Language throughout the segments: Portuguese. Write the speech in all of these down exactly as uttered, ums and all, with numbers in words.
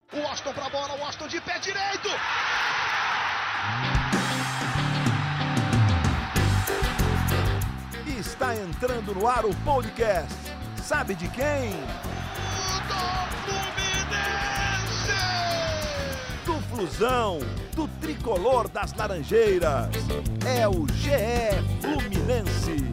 O Washington pra bola, o Washington de pé direito. Está entrando no ar o podcast. Sabe de quem? Do Fluminense! Do Flusão, do tricolor das Laranjeiras. É o G E Fluminense.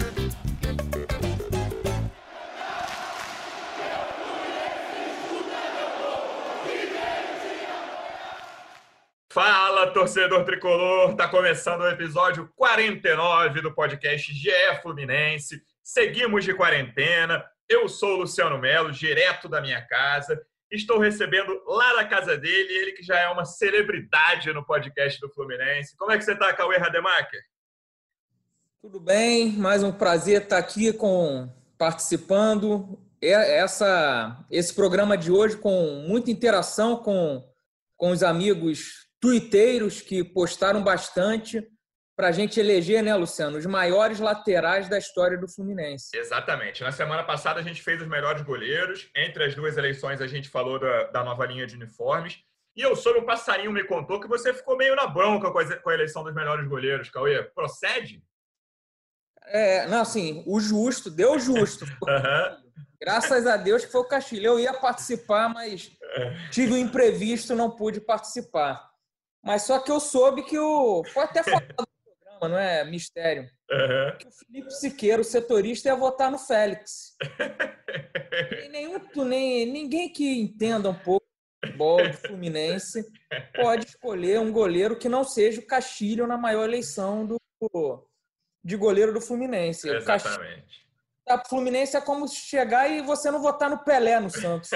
Fala, torcedor tricolor! Tá começando o episódio quarenta e nove do podcast G E Fluminense. Seguimos de quarentena. Eu sou o Luciano Melo, direto da minha casa. Estou recebendo lá da casa dele, ele que já é uma celebridade no podcast do Fluminense. Como é que você tá, Cauê Rademacher? Tudo bem, mais um prazer estar aqui com, participando. Essa, esse programa de hoje com muita interação com, com os amigos tuiteiros que postaram bastante para a gente eleger, né, Luciano, os maiores laterais da história do Fluminense. Exatamente. Na semana passada a gente fez os melhores goleiros. Entre as duas eleições a gente falou da, da nova linha de uniformes. E eu soube, um passarinho me contou que você ficou meio na bronca com a, com a eleição dos melhores goleiros, Cauê. Procede? É, não, assim, o justo, deu justo. Uhum. Graças a Deus que foi o Castilho. Eu ia participar, mas tive um imprevisto, não pude participar. Mas só que eu soube que o... Foi até falado no programa, não é mistério. Uhum. Que o Felipe Siqueira, o setorista, ia votar no Félix. E nenhum, nem, ninguém que entenda um pouco de futebol do Fluminense pode escolher um goleiro que não seja o Castilho na maior eleição do, de goleiro do Fluminense. Exatamente. O Castilho, Fluminense é como chegar e você não votar no Pelé no Santos.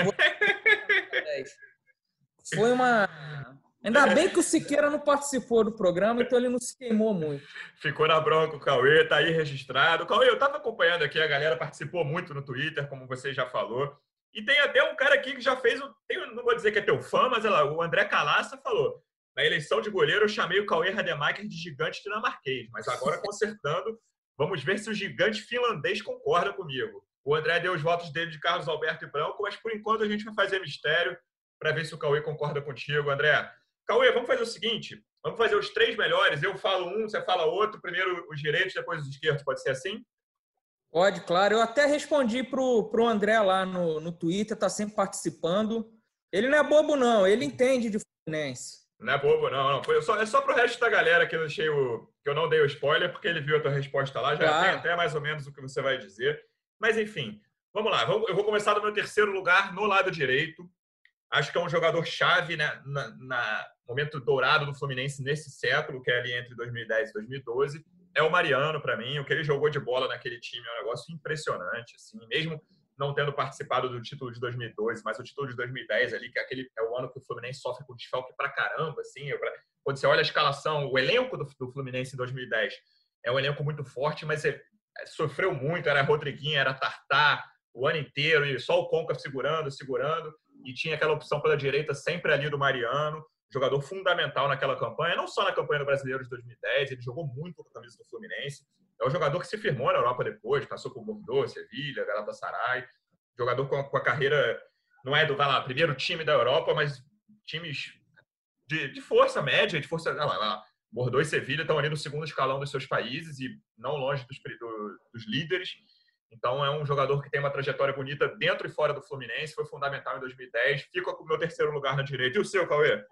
Foi uma... Ainda bem que o Siqueira não participou do programa, então ele não se queimou muito. Ficou na bronca o Cauê, tá aí registrado. Cauê, eu tava acompanhando aqui, a galera participou muito no Twitter, como você já falou. E tem até um cara aqui que já fez, o, tem, não vou dizer que é teu fã, mas lá, o André Calaça falou: na eleição de goleiro eu chamei o Cauê Rademacher de gigante dinamarquês, mas agora consertando, vamos ver se o gigante finlandês concorda comigo. O André deu os votos dele de Carlos Alberto e Branco, mas por enquanto a gente vai fazer mistério para ver se o Cauê concorda contigo, André. Cauê, vamos fazer o seguinte, vamos fazer os três melhores, eu falo um, você fala outro, primeiro os direitos, depois os esquerdos, pode ser assim? Pode, claro. Eu até respondi pro, pro André lá no, no Twitter, tá sempre participando. Ele não é bobo, não, ele entende de Fluminense. Não é bobo, não, não. Foi só, é só pro resto da galera que eu, deixei o, que eu não dei o spoiler, porque ele viu a tua resposta lá, já Claro. tem até mais ou menos o que você vai dizer. Mas, enfim, vamos lá. Eu vou começar do meu terceiro lugar, no lado direito. Acho que é um jogador-chave, né, na, na momento dourado do Fluminense nesse século, que é ali entre dois mil e dez e dois mil e doze. É o Mariano, para mim. O que ele jogou de bola naquele time é um negócio impressionante. Assim, mesmo não tendo participado do título de dois mil e doze, mas o título de dois mil e dez ali, que é, aquele, é o ano que o Fluminense sofre com desfalque pra caramba. Assim, quando você olha a escalação, o elenco do, do Fluminense em dois mil e dez é um elenco muito forte, mas é, é, sofreu muito. Era Rodriguinho, era Tartá, o ano inteiro, e só o Conca segurando, segurando. E tinha aquela opção pela direita sempre ali do Mariano, jogador fundamental naquela campanha, não só na campanha do Brasileiro de dois mil e dez, ele jogou muito com a camisa do Fluminense. É um jogador que se firmou na Europa depois, passou por Bordeaux, Sevilha, Galatasaray. Jogador com a, com a carreira, não é do vai lá, primeiro time da Europa, mas times de, de força média, de força... Lá, lá, Bordeaux e Sevilha estão ali no segundo escalão dos seus países e não longe dos, do, dos líderes. Então, é um jogador que tem uma trajetória bonita dentro e fora do Fluminense, foi fundamental em dois mil e dez. Fica com o meu terceiro lugar na direita. E o seu, Cauê?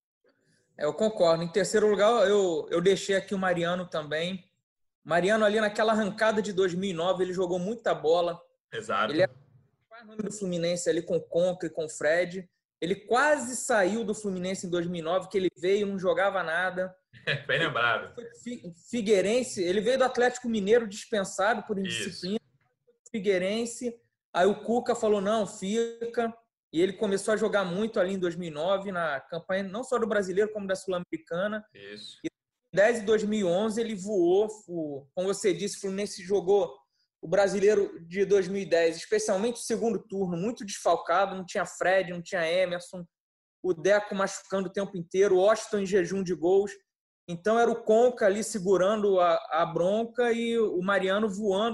Eu concordo. Em terceiro lugar, eu, eu deixei aqui o Mariano também. Mariano ali naquela arrancada de dois mil e nove, ele jogou muita bola. Exato. Ele é o nome do Fluminense ali com o Conca e com o Fred. Ele quase saiu do Fluminense em dois mil e nove, que ele veio, não jogava nada. Bem lembrado. Foi Figueirense, ele veio do Atlético Mineiro dispensado por indisciplina. Isso. Figueirense, aí o Cuca falou, não, fica, e ele começou a jogar muito ali em dois mil e nove, na campanha não só do Brasileiro, como da Sul-Americana. Isso. E em dois mil e dez e dois mil e onze ele voou, o, como você disse, o Fluminense jogou o Brasileiro de dois mil e dez, especialmente o segundo turno, muito desfalcado, não tinha Fred, não tinha Emerson, o Deco machucando o tempo inteiro, o Washington em jejum de gols, então era o Conca ali segurando a, a bronca e o Mariano voando.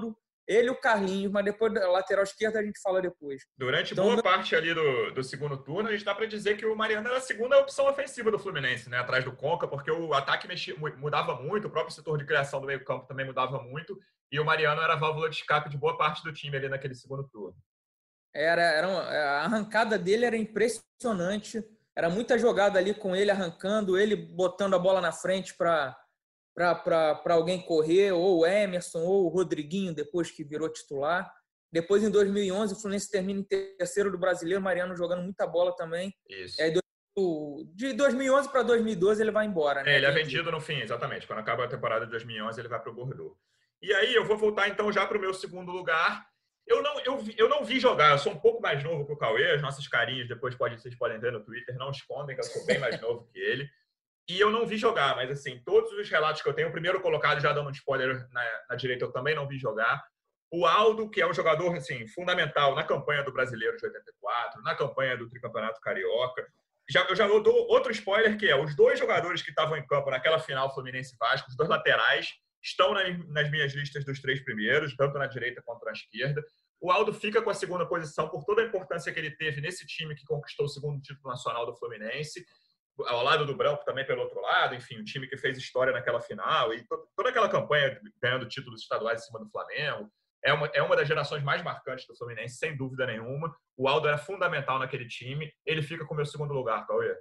ele e o Carlinhos, mas depois da lateral esquerda a gente fala depois. Durante Então, boa meu... parte ali do, do segundo turno, a gente dá para dizer que o Mariano era a segunda opção ofensiva do Fluminense, né? Atrás do Conca, porque o ataque mexia, mudava muito, o próprio setor de criação do meio campo também mudava muito, e o Mariano era a válvula de escape de boa parte do time ali naquele segundo turno. Era, era uma, a arrancada dele era impressionante, era muita jogada ali com ele arrancando, ele botando a bola na frente para para alguém correr, ou o Emerson, ou o Rodriguinho, depois que virou titular. Depois, em dois mil e onze, o Fluminense termina em terceiro do Brasileiro, Mariano jogando muita bola também. Isso. E aí, de dois mil e onze para dois mil e doze, ele vai embora, né? É, ele é vendido no fim, exatamente. Quando acaba a temporada de dois mil e onze, ele vai para o Bordeaux. E aí, eu vou voltar, então, já para o meu segundo lugar. Eu não, eu, eu não vi jogar, eu sou um pouco mais novo que o Cauê, as nossas carinhas, depois pode, vocês podem ver no Twitter, não escondem que eu sou bem mais novo que ele. E eu não vi jogar, mas assim, todos os relatos que eu tenho, o primeiro colocado, já dando um spoiler na, na direita, eu também não vi jogar. O Aldo, que é um jogador assim, fundamental na campanha do Brasileiro de oitenta e quatro, na campanha do Tricampeonato Carioca. Já, eu já dou outro spoiler, que é os dois jogadores que estavam em campo naquela final Fluminense-Vasco, os dois laterais, estão nas, nas minhas listas dos três primeiros, tanto na direita quanto na esquerda. O Aldo fica com a segunda posição por toda a importância que ele teve nesse time que conquistou o segundo título nacional do Fluminense, ao lado do Branco também pelo outro lado, enfim, um time que fez história naquela final e to- toda aquela campanha ganhando títulos estaduais em cima do Flamengo. É uma, é uma das gerações mais marcantes do Fluminense, sem dúvida nenhuma. O Aldo era fundamental naquele time. Ele fica com o meu segundo lugar, Cauê.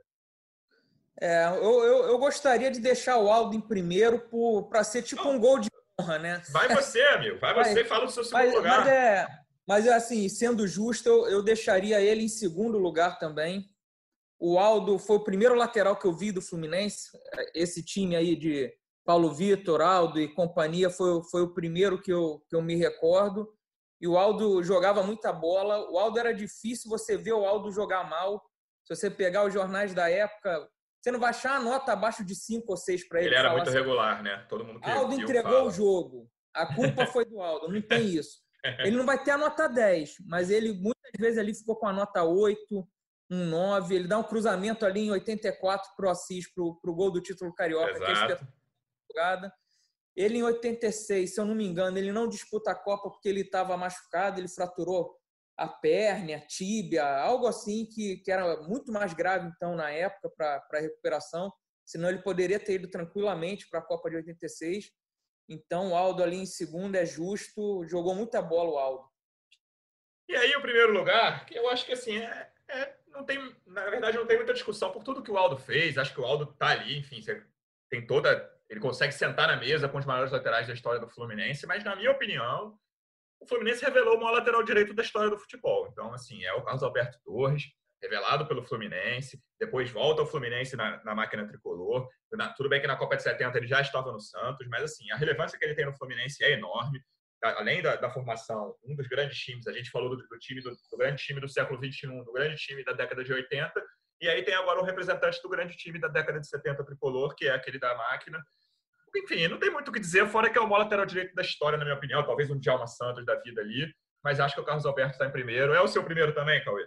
É, eu, eu, eu gostaria de deixar o Aldo em primeiro para ser tipo Não. um gol de honra, né? Vai você, amigo. Vai você e fala do seu segundo mas, lugar. Mas, é, mas, assim, sendo justo, eu, eu deixaria ele em segundo lugar também. O Aldo foi o primeiro lateral que eu vi do Fluminense. Esse time aí de Paulo Vitor, Aldo e companhia foi, foi o primeiro que eu, que eu me recordo. E o Aldo jogava muita bola. O Aldo era difícil você ver o Aldo jogar mal. Se você pegar os jornais da época, você não vai achar a nota abaixo de cinco ou seis para ele. Ele era muito assim, regular, né? Todo mundo que Aldo viu entregou fala. o jogo. A culpa foi do Aldo. Não tem isso. Ele não vai ter a nota dez, mas ele muitas vezes ali ficou com a nota oito, um nove. Ele dá um cruzamento ali em oitenta e quatro para o Assis, para o gol do título carioca. Exato. Que é espetacular. Ele em oitenta e seis, se eu não me engano, ele não disputa a Copa porque ele estava machucado, ele fraturou a perna, a tíbia, algo assim que, que era muito mais grave, então, na época, para a recuperação. Senão ele poderia ter ido tranquilamente para a Copa de oitenta e seis. Então, o Aldo ali em segundo é justo, jogou muita bola o Aldo. E aí, o primeiro lugar, que eu acho que assim, é, é, não tem, na verdade, não tem muita discussão por tudo que o Aldo fez. Acho que o Aldo tá ali, enfim, você tem toda. Ele consegue sentar na mesa com os maiores laterais da história do Fluminense, mas, na minha opinião, o Fluminense revelou o maior lateral direito da história do futebol. Então, assim, é o Carlos Alberto Torres, revelado pelo Fluminense, depois volta ao Fluminense na, na máquina tricolor. Na, tudo bem que na Copa de setenta ele já estava no Santos, mas, assim, a relevância que ele tem no Fluminense é enorme. Além da, da formação, um dos grandes times, a gente falou do, do time do, do grande time do século vinte e um, do grande time da década de oitenta, e aí tem agora o representante do grande time da década de setenta tricolor, que é aquele da máquina. Enfim, não tem muito o que dizer, fora que é o maior lateral direito da história, na minha opinião, talvez um Djalma Santos da vida ali, mas acho que o Carlos Alberto está em primeiro. É o seu primeiro também, Cauê?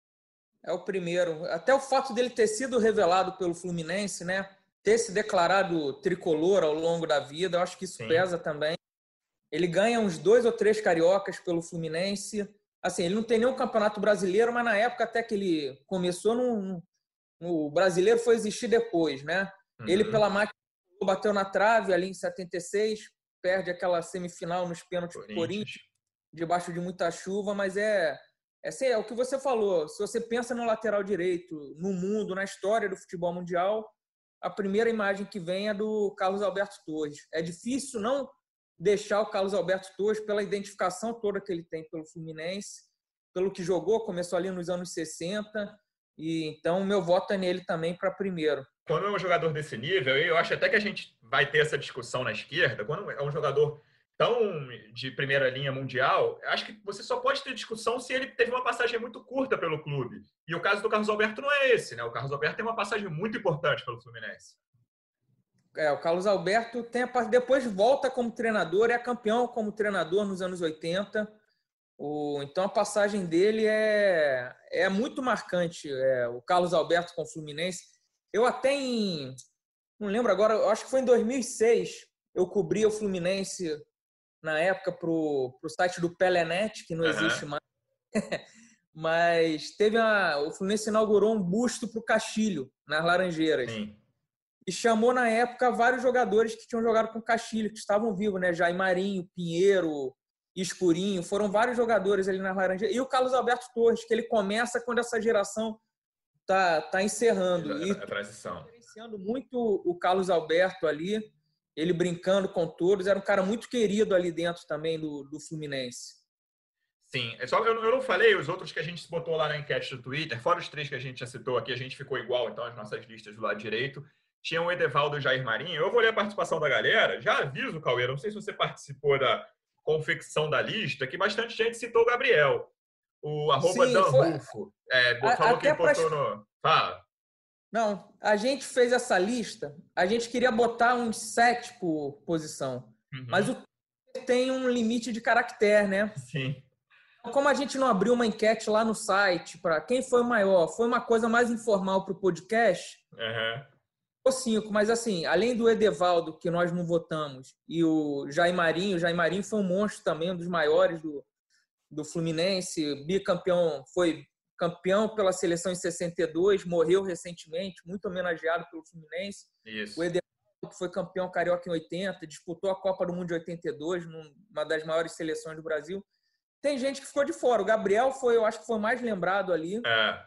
É o primeiro. Até o fato dele ter sido revelado pelo Fluminense, né? Ter se declarado tricolor ao longo da vida, eu acho que isso Sim. pesa também. Ele ganha uns dois ou três cariocas pelo Fluminense. Assim, ele não tem nenhum campeonato brasileiro, mas na época até que ele começou, no, no brasileiro foi existir depois, né? Uhum. Ele, pela máquina, bateu na trave ali em setenta e seis, perde aquela semifinal nos pênaltis do Corinthians, debaixo de muita chuva, mas é, é, assim, é o que você falou. Se você pensa no lateral direito, no mundo, na história do futebol mundial, a primeira imagem que vem é do Carlos Alberto Torres. É difícil não deixar o Carlos Alberto Torres pela identificação toda que ele tem pelo Fluminense, pelo que jogou, começou ali nos anos sessenta, e então o meu voto é nele também para primeiro. Quando é um jogador desse nível, eu acho até que a gente vai ter essa discussão na esquerda, quando é um jogador tão de primeira linha mundial, acho que você só pode ter discussão se ele teve uma passagem muito curta pelo clube. E o caso do Carlos Alberto não é esse, né? O Carlos Alberto tem uma passagem muito importante pelo Fluminense. É, o Carlos Alberto tem a, depois volta como treinador, é campeão como treinador nos anos oitenta. O, então a passagem dele é, é muito marcante. É, o Carlos Alberto com o Fluminense. Eu até em... Não lembro agora, eu acho que foi em dois mil e seis, eu cobri o Fluminense na época para o site do Pelenet, que não existe uhum. mais. Mas teve a, o Fluminense inaugurou um busto para o Castilho, nas Laranjeiras. Sim. E chamou, na época, vários jogadores que tinham jogado com o Castilho, que estavam vivos, né? Jair Marinho, Pinheiro, Escurinho. Foram vários jogadores ali nas Laranjeiras. E o Carlos Alberto Torres, que ele começa quando essa geração tá, tá encerrando. A, e a transição. Diferenciando muito o Carlos Alberto ali, ele brincando com todos. Era um cara muito querido ali dentro também do, do Fluminense. Sim, é só, eu, eu não falei os outros que a gente botou lá na enquete do Twitter, fora os três que a gente já citou aqui, a gente ficou igual, então, as nossas listas do lado direito. Tinha o Edevaldo e o Jair Marinho. Eu vou ler a participação da galera. Já aviso, Cauê, não sei se você participou da confecção da lista, que bastante gente citou o Gabriel. O arroba Dan Rufo. É, falou que postou pra... no... Fala. Não, a gente fez essa lista, a gente queria botar uns sete por posição. Uhum. Mas o tem um limite de caractere, né? Sim. Como a gente não abriu uma enquete lá no site para quem foi o maior, foi uma coisa mais informal para o podcast. Uhum. Cinco, mas assim, além do Edevaldo, que nós não votamos, e o Jair Marinho, o Jair Marinho foi um monstro também, um dos maiores do, do Fluminense, bicampeão, foi campeão pela seleção em sessenta e dois, morreu recentemente, muito homenageado pelo Fluminense. Isso. O Edevaldo, que foi campeão carioca em oitenta, disputou a Copa do Mundo de oitenta e dois, numa das maiores seleções do Brasil. Tem gente que ficou de fora. O Gabriel foi, eu acho que foi mais lembrado ali. É.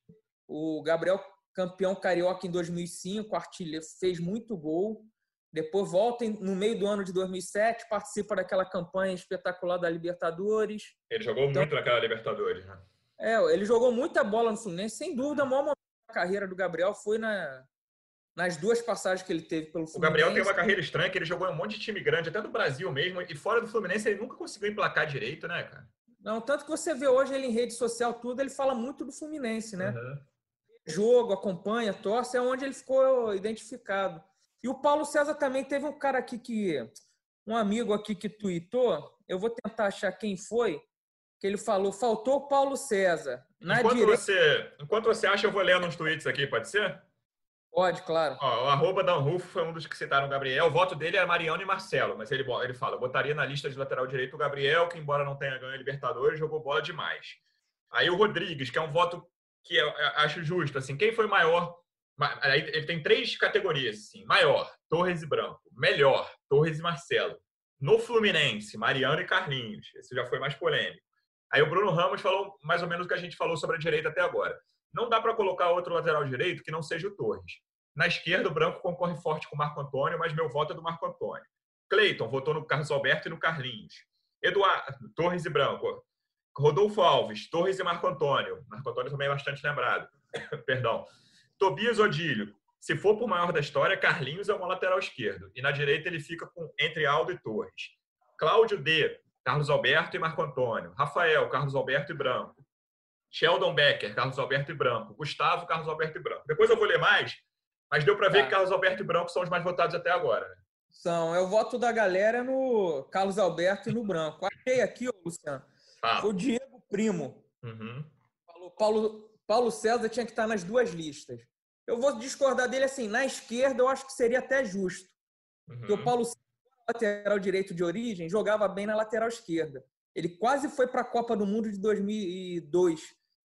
O Gabriel, campeão carioca em dois mil e cinco, artilheiro, fez muito gol. Depois volta no meio do ano de dois mil e sete, participa daquela campanha espetacular da Libertadores. Ele jogou então, muito naquela Libertadores, né? É, ele jogou muita bola no Fluminense. Sem dúvida, o maior momento da carreira do Gabriel foi na, nas duas passagens que ele teve pelo Fluminense. O Gabriel tem uma carreira estranha, que ele jogou em um monte de time grande, até do Brasil mesmo, e fora do Fluminense ele nunca conseguiu emplacar direito, né, cara? Não, tanto que você vê hoje ele em rede social, tudo, ele fala muito do Fluminense, né? Uhum. Jogo, acompanha, torce, é onde ele ficou identificado. E o Paulo César também teve um cara aqui que... Um amigo aqui que tweetou, eu vou tentar achar quem foi, que ele falou, faltou o Paulo César. Na enquanto, direita... você, enquanto você acha, eu vou lendo uns tweets aqui, pode ser? Pode, claro. Ó, o arroba Dan Rufo foi um dos que citaram o Gabriel. O voto dele é Mariano e Marcelo, mas ele, ele fala, eu botaria na lista de lateral direito o Gabriel, que embora não tenha ganho a Libertadores, jogou bola demais. Aí o Rodrigues, que é um voto que eu acho justo, assim, quem foi maior? Aí ele tem três categorias, assim, maior, Torres e Branco, melhor, Torres e Marcelo. No Fluminense, Mariano e Carlinhos, esse já foi mais polêmico. Aí o Bruno Ramos falou mais ou menos o que a gente falou sobre a direita até agora. Não dá para colocar outro lateral direito que não seja o Torres. Na esquerda, o Branco concorre forte com o Marco Antônio, mas meu voto é do Marco Antônio. Cleiton votou no Carlos Alberto e no Carlinhos. Eduardo, Torres e Branco. Rodolfo Alves, Torres e Marco Antônio. Marco Antônio também é bastante lembrado. Perdão. Tobias Odílio. Se for por maior da história, Carlinhos é uma lateral esquerdo. E na direita ele fica com, entre Aldo e Torres. Cláudio D. Carlos Alberto e Marco Antônio. Rafael, Carlos Alberto e Branco. Sheldon Becker, Carlos Alberto e Branco. Gustavo, Carlos Alberto e Branco. Depois eu vou ler mais, mas deu para ver tá. que Carlos Alberto e Branco são os mais votados até agora. Né? São. É o voto da galera no Carlos Alberto e no Branco. Achei aqui, ô, Luciano. Ah. Foi o Diego Primo. Uhum. Falou, Paulo, Paulo César tinha que estar nas duas listas. Eu vou discordar dele assim. Na esquerda, eu acho que seria até justo. Uhum. Porque o Paulo César, lateral direito de origem, jogava bem na lateral esquerda. Ele quase foi para a Copa do Mundo de dois mil e dois,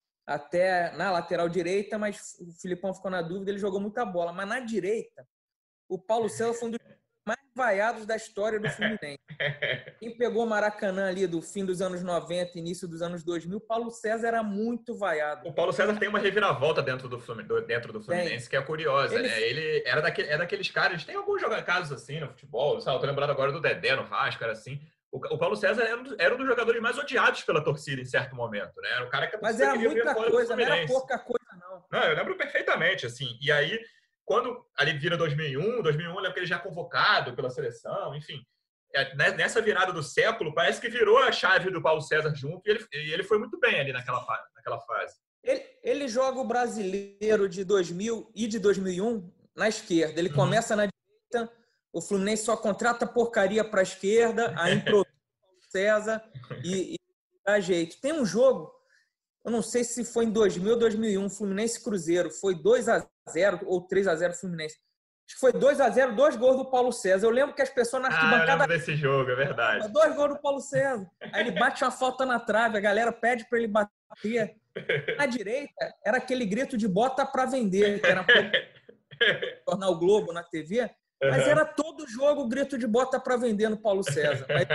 até na lateral direita, mas o Filipão ficou na dúvida, ele jogou muita bola. Mas na direita, o Paulo César foi um dos mais vaiados da história do Fluminense. Quem pegou o Maracanã ali do fim dos anos noventa, início dos anos dois mil, o Paulo César era muito vaiado. O Paulo César tem uma reviravolta dentro do Fluminense, dentro do Fluminense que é curiosa, ele... né? Ele era daquele, é daqueles caras, tem alguns casos assim no futebol, sabe? Eu tô lembrado agora do Dedé no Vasco, era assim. O Paulo César era um, dos, era um dos jogadores mais odiados pela torcida em certo momento, né? Era um cara que a Mas era muita coisa, não era pouca coisa, não. Não, eu lembro perfeitamente, assim. E aí, quando ali vira dois mil e um, dois mil e um, eu lembro que ele já é convocado pela seleção, enfim. Nessa virada do século, parece que virou a chave do Paulo César junto e ele, e ele foi muito bem ali naquela, naquela fase. Ele, ele joga o Brasileiro de dois mil e de dois mil e um na esquerda. Ele uhum. começa na direita, o Fluminense só contrata porcaria para a esquerda, aí introduz o Paulo César e, e dá jeito. Tem um jogo, eu não sei se foi em dois mil ou dois mil e um, Fluminense Cruzeiro, foi dois a zero ou três a zero Fluminense. Acho que foi dois a zero, dois gols do Paulo César. Eu lembro que as pessoas na Ah, eu arquibancada... lembro desse jogo, é verdade. Dois gols do Paulo César. Aí ele bate uma falta na trave, a galera pede para ele bater. Na direita, era aquele grito de bota para vender, que era para tornar o Globo na T V. Mas uhum. Era todo jogo o grito de bota para vender no Paulo César. Mas...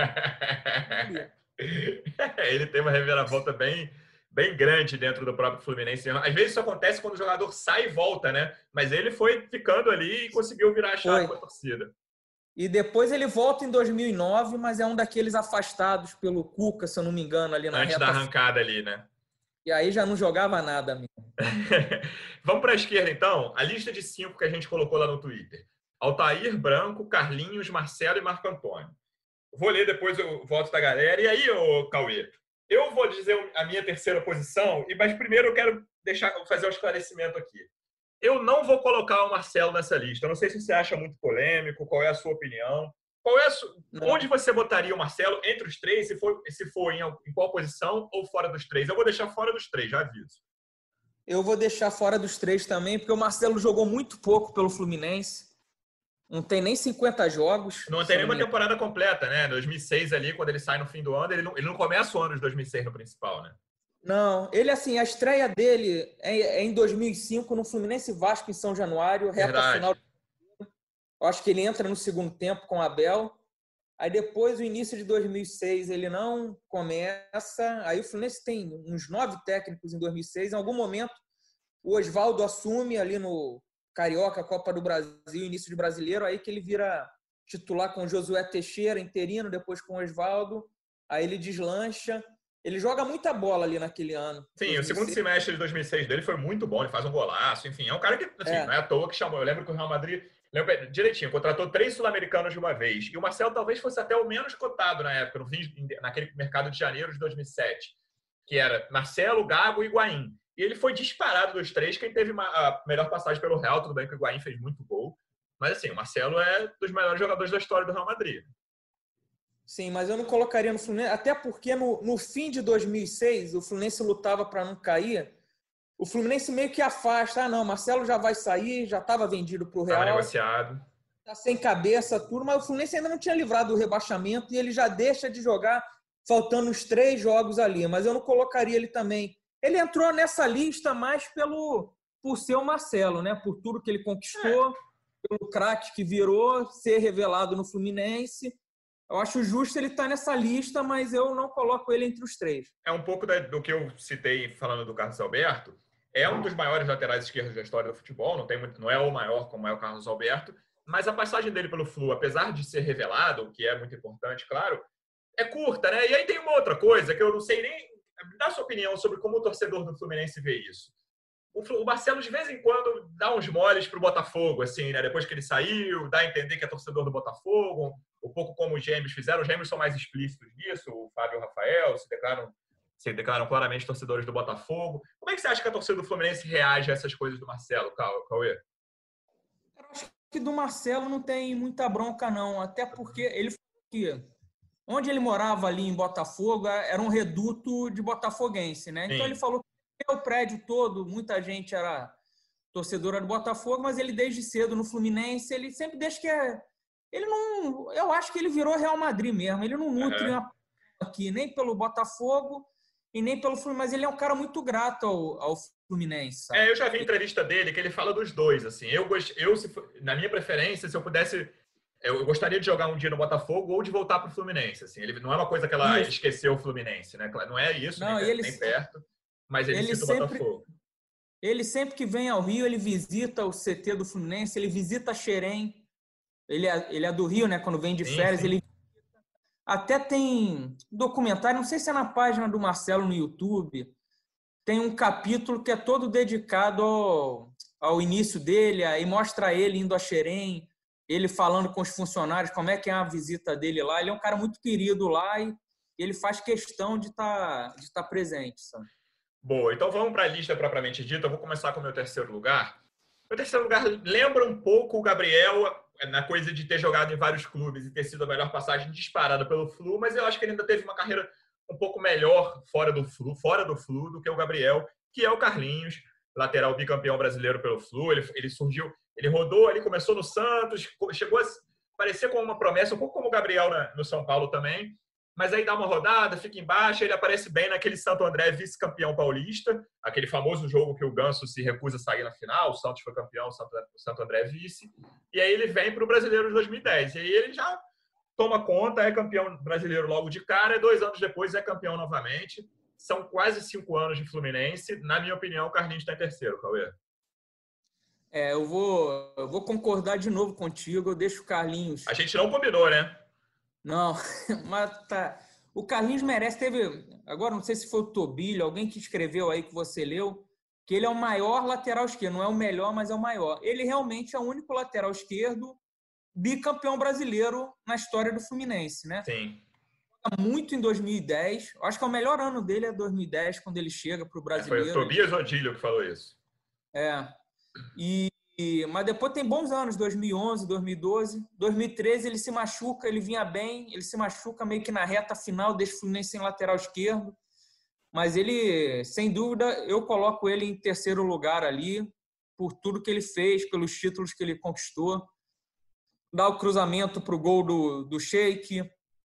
Ele tem uma reviravolta bem... bem grande dentro do próprio Fluminense. Às vezes isso acontece quando o jogador sai e volta, né? Mas ele foi ficando ali e conseguiu virar a chave com a torcida. E depois ele volta em dois mil e nove, mas é um daqueles afastados pelo Cuca, se eu não me engano, ali na Antes reta... da arrancada ali, né? E aí já não jogava nada mesmo. Vamos para a esquerda, então. A lista de cinco que a gente colocou lá no Twitter. Altair, Branco, Carlinhos, Marcelo e Marco Antônio. Vou ler depois o voto da galera. E aí, ô Cauê? Eu vou dizer a minha terceira posição, mas primeiro eu quero deixar, fazer um esclarecimento aqui. Eu não vou colocar o Marcelo nessa lista. Eu não sei se você acha muito polêmico, qual é a sua opinião. Qual é a sua... Onde você botaria o Marcelo entre os três, se for, se for em, em qual posição ou fora dos três? Eu vou deixar fora dos três, já aviso. Eu vou deixar fora dos três também, porque o Marcelo jogou muito pouco pelo Fluminense. Não tem nem cinquenta jogos. Não tem nenhuma temporada completa, né? dois mil e seis ali, quando ele sai no fim do ano, ele não, ele não começa o ano de dois mil e seis no principal, né? Não, ele assim, a estreia dele é em dois mil e cinco no Fluminense Vasco em São Januário, reta Verdade. final. Eu acho que ele entra no segundo tempo com o Abel. Aí depois, o início de dois mil e seis, ele não começa. Aí o Fluminense tem uns nove técnicos em dois mil e seis. Em algum momento, o Oswaldo assume ali no Carioca, Copa do Brasil, início de Brasileiro, aí que ele vira titular com o Josué Teixeira, interino, depois com o Oswaldo. Aí ele deslancha. Ele joga muita bola ali naquele ano. Sim, dois mil e seis. O segundo semestre de dois mil e seis dele foi muito bom. Ele faz um golaço, enfim. É um cara que, assim, É. não é à toa que chamou. Eu lembro que o Real Madrid, lembro, direitinho, contratou três sul-americanos de uma vez. E o Marcelo talvez fosse até o menos cotado na época, no fim, naquele mercado de janeiro de dois mil e sete. Que era Marcelo, Gago e Higuaín. E ele foi disparado dos três. Quem teve uma, a melhor passagem pelo Real, tudo bem que o Higuaín fez muito gol. Mas, assim, o Marcelo é dos melhores jogadores da história do Real Madrid. Sim, mas eu não colocaria no Fluminense, até porque no, no fim de dois mil e seis, o Fluminense lutava para não cair. O Fluminense meio que afasta. Ah, não, Marcelo já vai sair, já estava vendido para o Real. Estava negociado. Está sem cabeça, tudo, mas o Fluminense ainda não tinha livrado do rebaixamento e ele já deixa de jogar faltando os três jogos ali. Mas eu não colocaria ele também. Ele entrou nessa lista mais pelo, por ser o Marcelo, né? Por tudo que ele conquistou, é. pelo craque que virou, ser revelado no Fluminense. Eu acho justo ele estar nessa lista, mas eu não coloco ele entre os três. É um pouco da, do que eu citei falando do Carlos Alberto. É um dos maiores laterais esquerdos da história do futebol. Não, tem muito, não é o maior como é o Carlos Alberto. Mas a passagem dele pelo Flu, apesar de ser revelado, o que é muito importante, claro, é curta, né? E aí tem uma outra coisa que eu não sei nem... Dá sua opinião sobre como o torcedor do Fluminense vê isso. O Marcelo, de vez em quando, dá uns moles pro Botafogo, assim, né? Depois que ele saiu, dá a entender que é torcedor do Botafogo, um pouco como os gêmeos fizeram. Os gêmeos são mais explícitos nisso, o Fábio e o Rafael se declaram, se declaram claramente torcedores do Botafogo. Como é que você acha que a torcida do Fluminense reage a essas coisas do Marcelo, Cauê? Eu acho que do Marcelo não tem muita bronca, não. Até porque ele falou que onde ele morava ali em Botafogo era um reduto de botafoguense, né? Então, Sim. ele falou que o prédio todo, muita gente era torcedora do Botafogo, mas ele desde cedo no Fluminense, ele sempre deixa que é... Ele não... Eu acho que ele virou Real Madrid mesmo. Ele não nutre uhum. uma aqui, nem pelo Botafogo e nem pelo Fluminense, mas ele é um cara muito grato ao, ao Fluminense. Sabe? É, eu já vi entrevista dele que ele fala dos dois, assim. Eu, gost... eu se for... na minha preferência, se eu pudesse... Eu gostaria de jogar um dia no Botafogo ou de voltar para o Fluminense. Assim. Ele não é uma coisa que ela isso. esqueceu o Fluminense, né? Não é isso, não, nem, ele... nem perto. Mas ele, ele cita sempre, o Botafogo. Ele sempre que vem ao Rio, ele visita o C T do Fluminense, ele visita Xerém. Ele é, ele é do Rio, né? Quando vem de sim, férias, sim. ele até tem documentário, não sei se é na página do Marcelo no YouTube, tem um capítulo que é todo dedicado ao, ao início dele, aí mostra ele indo a Xerém, ele falando com os funcionários, como é que é a visita dele lá. Ele é um cara muito querido lá e ele faz questão de estar de estar presente, sabe? Boa, então vamos para a lista propriamente dita. Eu vou começar com o meu terceiro lugar. Meu terceiro lugar lembra um pouco o Gabriel na coisa de ter jogado em vários clubes e ter sido a melhor passagem disparada pelo Flu, mas eu acho que ele ainda teve uma carreira um pouco melhor fora do Flu, fora do Flu do que o Gabriel, que é o Carlinhos, lateral bicampeão brasileiro pelo Flu. Ele, ele surgiu... Ele rodou ali, começou no Santos, chegou a parecer como uma promessa, um pouco como o Gabriel no São Paulo também, mas aí dá uma rodada, fica embaixo, ele aparece bem naquele Santo André vice-campeão paulista, aquele famoso jogo que o Ganso se recusa a sair na final, o Santos foi campeão, o Santo André vice, e aí ele vem para o Brasileiro de dois mil e dez, e aí ele já toma conta, é campeão brasileiro logo de cara, e dois anos depois é campeão novamente. São quase cinco anos de Fluminense. Na minha opinião, o Carlinhos está em terceiro, Cauê. É, eu vou, eu vou concordar de novo contigo, eu deixo o Carlinhos... A gente não combinou, né? Não, mas tá... O Carlinhos merece, teve... Agora, não sei se foi o Tobilho, alguém que escreveu aí que você leu, que ele é o maior lateral esquerdo, não é o melhor, mas é o maior. Ele realmente é o único lateral esquerdo bicampeão brasileiro na história do Fluminense, né? Sim. Muito em dois mil e dez. Acho que é o melhor ano dele é dois mil e dez, quando ele chega para o brasileiro. É, foi o Tobias Odílio que falou isso. É. E, e, mas depois tem bons anos, dois mil e onze, dois mil e doze. dois mil e treze ele se machuca, ele vinha bem, ele se machuca meio que na reta final, deixa o Fluminense sem lateral esquerdo. Mas ele, sem dúvida, eu coloco ele em terceiro lugar ali, por tudo que ele fez, pelos títulos que ele conquistou. Dá o cruzamento para o gol do, do Sheik,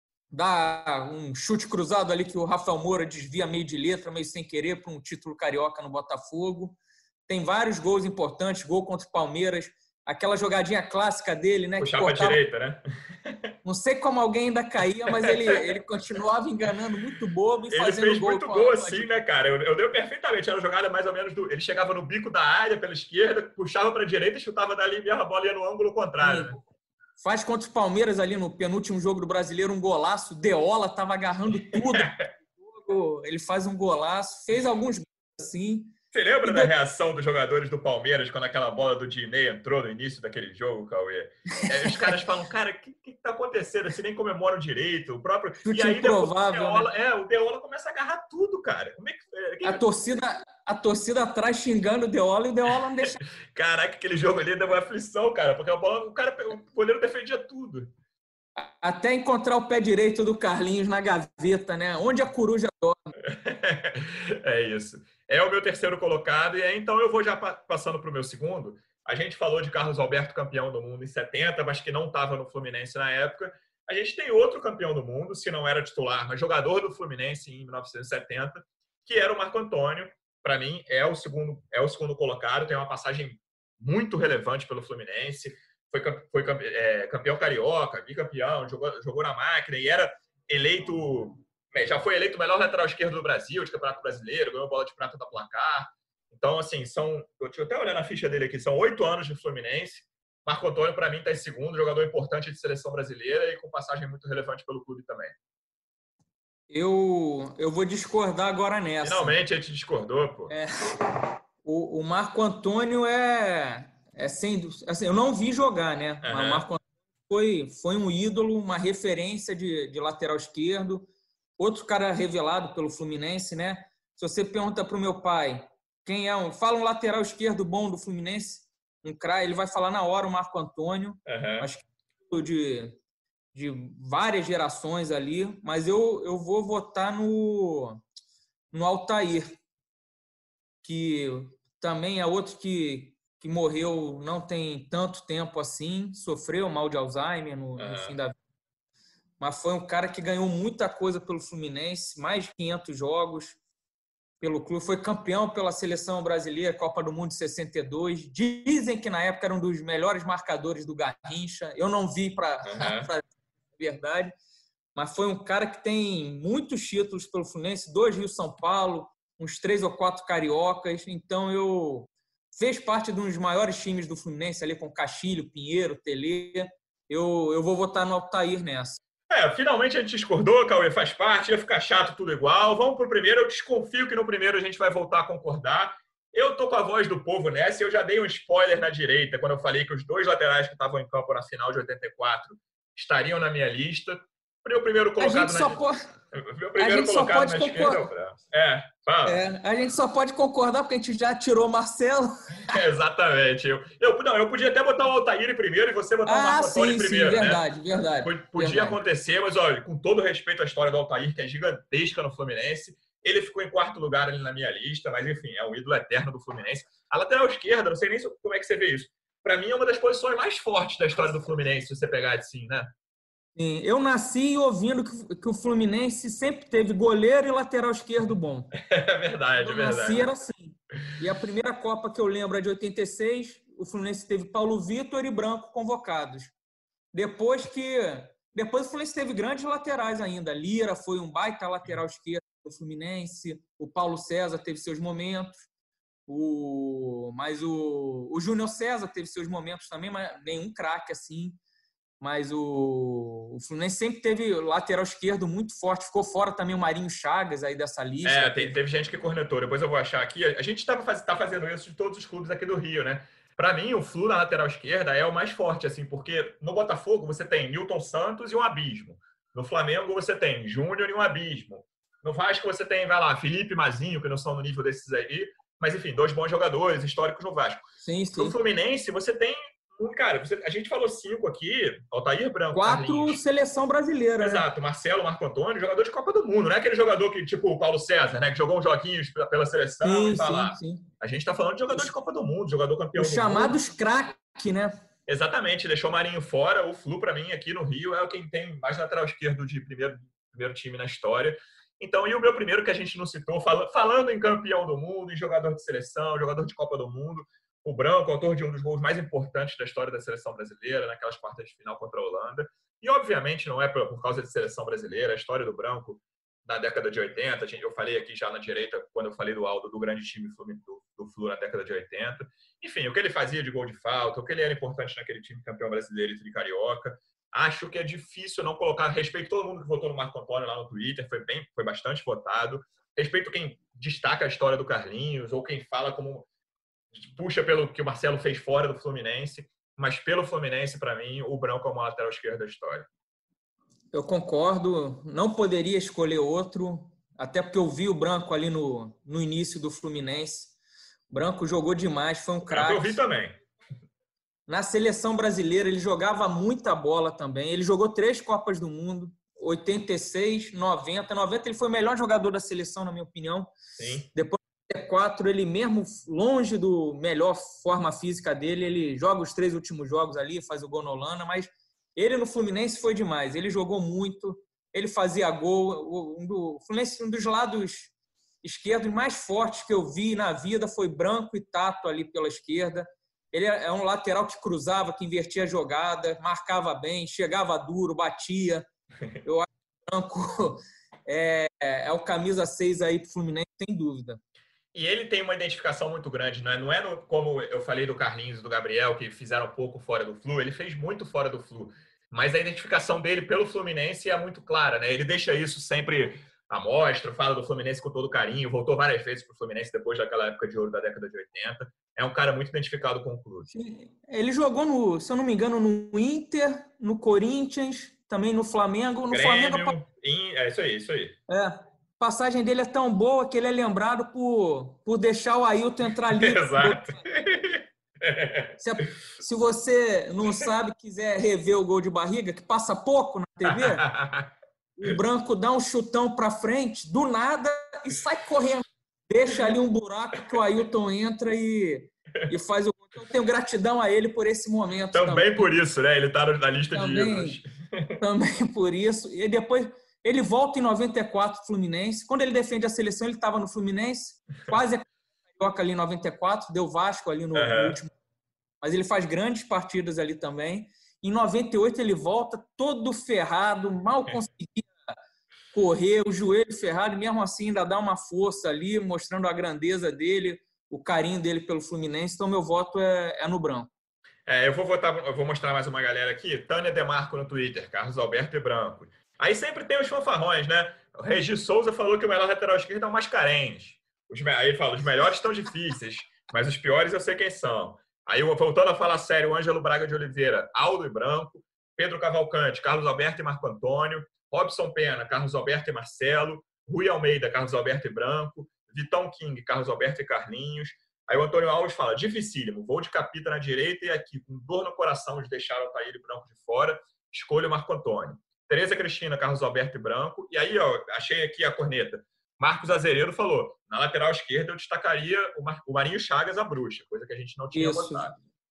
dá um chute cruzado ali que o Rafael Moura desvia meio de letra, meio sem querer, para um título carioca no Botafogo. Tem vários gols importantes, gol contra o Palmeiras, aquela jogadinha clássica dele, né? Puxar para a direita, né? Não sei como alguém ainda caía, mas ele, ele continuava enganando muito bobo e ele fazendo fez gol. Muito gol assim, né, cara? Eu, eu dei perfeitamente. Era uma jogada mais ou menos do... Ele chegava no bico da área pela esquerda, puxava para a direita e chutava dali mesmo, a bola ia no ângulo contrário. Né? Faz contra o Palmeiras ali no penúltimo jogo do Brasileiro um golaço. Deola estava agarrando tudo. Ele faz um golaço. Fez alguns gols assim. Você lembra e da de... reação dos jogadores do Palmeiras quando aquela bola do Diney entrou no início daquele jogo, Cauê? É, os caras falam, cara, o que, que tá acontecendo? Assim, nem comemoram direito. O próprio... Chute e aí improvável, o Deola, né? é, o Deola começa a agarrar tudo, cara. Como é que... A torcida, a torcida atrás xingando o Deola e o Deola não deixa... Caraca, aquele jogo ali deu uma aflição, cara. Porque a bola, o, cara, o goleiro defendia tudo. Até encontrar o pé direito do Carlinhos na gaveta, né? Onde a coruja dorme. É isso. É o meu terceiro colocado, e aí, então eu vou já passando para o meu segundo. A gente falou de Carlos Alberto, campeão do mundo em setenta, mas que não estava no Fluminense na época. A gente tem outro campeão do mundo, se não era titular, mas jogador do Fluminense em mil novecentos e setenta, que era o Marco Antônio. Para mim, é o segundo, é o segundo colocado, tem uma passagem muito relevante pelo Fluminense. Foi, foi é, campeão carioca, bicampeão, jogou, jogou na máquina e era eleito... Já foi eleito o melhor lateral esquerdo do Brasil, de Campeonato Brasileiro, ganhou bola de prata da Placar. Então, assim, são... Deixa eu até olhar na ficha dele aqui. São oito anos de Fluminense. Marco Antônio, para mim, está em segundo. Jogador importante de seleção brasileira e com passagem muito relevante pelo clube também. Eu, eu vou discordar agora nessa. Finalmente a gente discordou, pô. É, o, o Marco Antônio é... é sem, assim, eu não vi jogar, né? Uhum. Mas o Marco Antônio foi, foi um ídolo, uma referência de, de lateral esquerdo. Outro cara revelado pelo Fluminense, né? Se você pergunta para o meu pai quem é um... Fala um lateral esquerdo bom do Fluminense, um craque, ele vai falar na hora o Marco Antônio. Uhum. Acho que de, de várias gerações ali. Mas eu, eu vou votar no, no Altair, que também é outro que, que morreu não tem tanto tempo assim, sofreu mal de Alzheimer no, uhum. no fim da vida. Mas foi um cara que ganhou muita coisa pelo Fluminense, mais de quinhentos jogos pelo clube, foi campeão pela seleção brasileira, Copa do Mundo de sessenta e dois. Dizem que na época era um dos melhores marcadores do Garrincha. Eu não vi para uhum. a verdade, mas foi um cara que tem muitos títulos pelo Fluminense, dois Rio-São Paulo, uns três ou quatro cariocas. Então eu fez parte de um dos maiores times do Fluminense ali com Castilho, Pinheiro, Telê. Eu, eu vou votar no Altair nessa. É, finalmente a gente discordou, Cauê, faz parte, ia ficar chato tudo igual. Vamos pro primeiro, eu desconfio que no primeiro a gente vai voltar a concordar. Eu tô com a voz do povo nessa e eu já dei um spoiler na direita quando eu falei que os dois laterais que estavam em campo na final de oitenta e quatro estariam na minha lista. O primeiro colocado a gente na só pode, meu primeiro a gente colocado só pode na concordar. esquerda é o França. É, fala. É, a gente só pode concordar porque a gente já tirou o Marcelo. É, exatamente. Eu, eu, não, eu podia até botar o Altair em primeiro e você botar ah, o Marco Antônio sim, em primeiro. Sim, verdade, né? verdade. Podia verdade. acontecer, mas olha, com todo respeito à história do Altair, que é gigantesca no Fluminense, ele ficou em quarto lugar ali na minha lista, mas enfim, é o ídolo eterno do Fluminense. A lateral esquerda, não sei nem como é que você vê isso. para mim, é uma das posições mais fortes da história do Fluminense, se você pegar assim, né? Sim, eu nasci ouvindo que, que o Fluminense sempre teve goleiro e lateral esquerdo bom. É verdade, é eu verdade. nasci era assim. E a primeira Copa que eu lembro é de oitenta e seis, o Fluminense teve Paulo Vitor e Branco convocados. Depois que... Depois o Fluminense teve grandes laterais ainda. Lira foi um baita lateral esquerdo do Fluminense. O Paulo César teve seus momentos. O... Mas o, o Júnior César teve seus momentos também, mas nenhum craque assim. Mas o... o Fluminense sempre teve lateral esquerdo muito forte. Ficou fora também o Marinho Chagas aí dessa lista. É, teve, teve gente que cornetou. Depois eu vou achar aqui. A gente está faz, tá fazendo isso de todos os clubes aqui do Rio, né? Para mim, o Flu na lateral esquerda é o mais forte, assim, porque no Botafogo você tem Nilton Santos e um abismo. No Flamengo você tem Júnior e um abismo. No Vasco você tem, vai lá, Felipe e Mazinho, que não são no nível desses aí. Mas, enfim, dois bons jogadores históricos no Vasco. Sim, sim. No Fluminense você tem... Cara, você, a gente falou cinco aqui, Altair Branco, Quatro Carlinhos. Seleção brasileira, Exato, né? Marcelo, Marco Antônio, jogador de Copa do Mundo. Não é aquele jogador que, tipo o Paulo César, né? Que jogou uns joguinhos pela seleção sim, e tá sim, lá. sim. A gente tá falando de jogador de Copa do Mundo, jogador campeão Os do chamados mundo. craque, né? Exatamente, deixou o Marinho fora. O Flu, para mim, aqui no Rio, é quem tem mais lateral esquerdo de primeiro, primeiro time na história. Então, e o meu primeiro que a gente não citou, falando, falando em campeão do mundo, em jogador de seleção, jogador de Copa do Mundo, o Branco, autor de um dos gols mais importantes da história da seleção brasileira, naquelas quartas de final contra a Holanda. E, obviamente, não é por causa de seleção brasileira. A história do Branco, na década de oitenta, eu falei aqui já na direita, quando eu falei do Aldo, do grande time do, do Flu na década de oitenta. Enfim, o que ele fazia de gol de falta, o que ele era importante naquele time campeão brasileiro e tricarioca. Acho que é difícil não colocar... Respeito todo mundo que votou no Marco Antônio lá no Twitter, foi, bem, foi bastante votado. Respeito quem destaca a história do Carlinhos, ou quem fala como... puxa pelo que o Marcelo fez fora do Fluminense, mas pelo Fluminense, para mim, o Branco é o maior lateral esquerdo da história. Eu concordo, não poderia escolher outro, até porque eu vi o Branco ali no, no início do Fluminense. O Branco jogou demais, foi um craque. Eu vi também. Na seleção brasileira, ele jogava muita bola também. Ele jogou três Copas do Mundo, oitenta e seis, noventa. noventa ele foi o melhor jogador da seleção, na minha opinião. Sim. Depois quatro, ele mesmo longe do melhor forma física dele, ele joga os três últimos jogos ali, faz o gol na Holanda, mas ele no Fluminense foi demais, ele jogou muito, ele fazia gol, um, do, Fluminense, um dos lados esquerdos mais fortes que eu vi na vida foi Branco e Tato ali pela esquerda. Ele é um lateral que cruzava, que invertia a jogada, marcava bem, chegava duro, batia. Eu acho que o Branco é, é o camisa seis aí pro Fluminense, sem dúvida. E ele tem uma identificação muito grande, não é? Não é no, como eu falei do Carlinhos e do Gabriel, que fizeram pouco fora do Flu, ele fez muito fora do Flu. Mas a identificação dele pelo Fluminense é muito clara, né? Ele deixa isso sempre à mostra, fala do Fluminense com todo carinho, voltou várias vezes para o Fluminense depois daquela época de ouro da década de oitenta. É um cara muito identificado com o clube. Ele jogou, no, se eu não me engano, no Inter, no Corinthians, também no Flamengo. No Grêmio, Flamengo, é isso aí, isso aí. É. A passagem dele é tão boa que ele é lembrado por, por deixar o Ailton entrar ali. Exato. Se, se você não sabe, quiser rever o gol de barriga, que passa pouco na T V, o Branco dá um chutão para frente, do nada, e sai correndo. Deixa ali um buraco que o Ailton entra e, e faz o gol. Eu tenho gratidão a ele por esse momento. Também, também. por isso, né? Ele está na lista também, de ídolos. Também por isso. E depois... Ele volta em noventa e quatro Fluminense. Quando ele defende a seleção, ele estava no Fluminense. Quase a Carioca ali em noventa e quatro. Deu Vasco ali no, uhum. no último. Mas ele faz grandes partidas ali também. Em noventa e oito ele volta todo ferrado. Mal conseguia correr. O joelho ferrado. E mesmo assim ainda dá uma força ali, mostrando a grandeza dele, o carinho dele pelo Fluminense. Então meu voto é, é no Branco. É, eu vou votar, eu vou mostrar mais uma galera aqui. Tânia Demarco no Twitter. Carlos Alberto e Branco. Aí sempre tem os fanfarrões, né? O Regi Souza falou que o melhor lateral esquerdo é o Mascarenhas. Os, aí ele fala, os melhores estão difíceis, mas os piores eu sei quem são. Aí, voltando a falar sério, o Ângelo Braga de Oliveira, Aldo e Branco, Pedro Cavalcante, Carlos Alberto e Marco Antônio, Robson Pena, Carlos Alberto e Marcelo, Rui Almeida, Carlos Alberto e Branco, Vitão King, Carlos Alberto e Carlinhos. Aí o Antônio Alves fala, dificílimo, vou de Capita na direita e aqui, com dor no coração de deixar o Altair e Branco de fora, escolho o Marco Antônio. Tereza Cristina, Carlos Alberto e Branco. E aí, ó, achei aqui a corneta. Marcos Azeredo falou, na lateral esquerda eu destacaria o, Mar... o Marinho Chagas, a bruxa, coisa que a gente não tinha Isso. votado.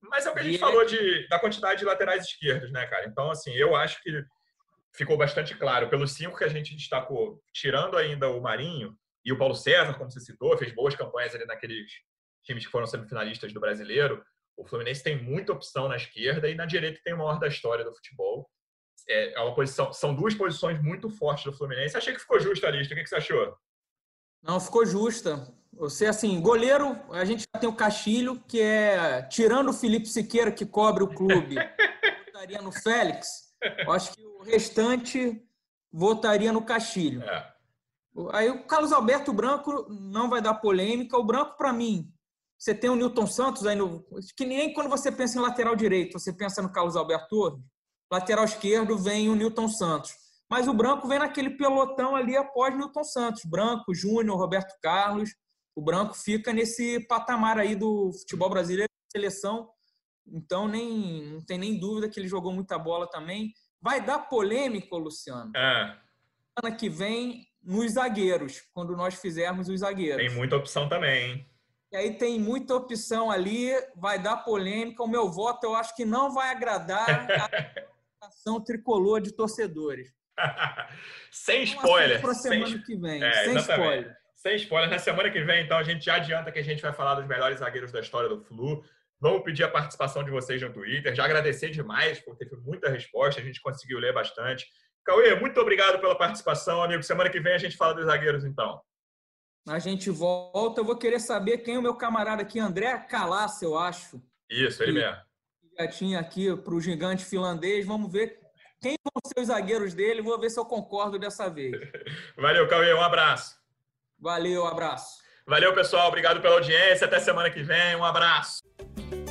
Mas é o que a gente E falou ele- de, da quantidade de laterais esquerdos, né, cara? Então, assim, eu acho que ficou bastante claro. Pelos cinco que a gente destacou, tirando ainda o Marinho e o Paulo César, como você citou, fez boas campanhas ali naqueles times que foram semifinalistas do Brasileiro. O Fluminense tem muita opção na esquerda e na direita tem o maior da história do futebol. É uma posição, são duas posições muito fortes do Fluminense. Achei que ficou justa a lista. O que você achou? Não, ficou justa. Você, assim, goleiro, a gente já tem o Castilho, que é, tirando o Felipe Siqueira, que cobre o clube, votaria no Félix. Eu acho que o restante votaria no Castilho. É. Aí o Carlos Alberto Branco não vai dar polêmica. O Branco, para mim, você tem o Nilton Santos aí no... Que nem quando você pensa em lateral direito, você pensa no Carlos Alberto Torres. Lateral esquerdo vem o Nilton Santos. Mas o Branco vem naquele pelotão ali após Nilton Santos. Branco, Júnior, Roberto Carlos. O Branco fica nesse patamar aí do futebol brasileiro, seleção. Então, nem, não tem nem dúvida que ele jogou muita bola também. Vai dar polêmica, Luciano. É. Semana que vem, nos zagueiros, quando nós fizermos os zagueiros. Tem muita opção também, hein? E aí tem muita opção ali, vai dar polêmica. O meu voto, eu acho que não vai agradar a ação tricolor de torcedores. Sem spoiler. Para a semana sem... que vem, É, sem exatamente. spoiler. Sem spoiler. Na semana que vem, então, a gente já adianta que a gente vai falar dos melhores zagueiros da história do Flu. Vamos pedir a participação de vocês no Twitter. Já agradecer demais, porque teve muita resposta, a gente conseguiu ler bastante. Cauê, muito obrigado pela participação, amigo. Semana que vem a gente fala dos zagueiros, então. A gente volta. Eu vou querer saber quem é o meu camarada aqui, André Calaça, eu acho. Isso, ele mesmo. Já tinha aqui para o gigante finlandês. Vamos ver quem vão ser os zagueiros dele. Vou ver se eu concordo dessa vez. Valeu, Cauê. Um abraço. Valeu, abraço. Valeu, pessoal. Obrigado pela audiência. Até semana que vem. Um abraço.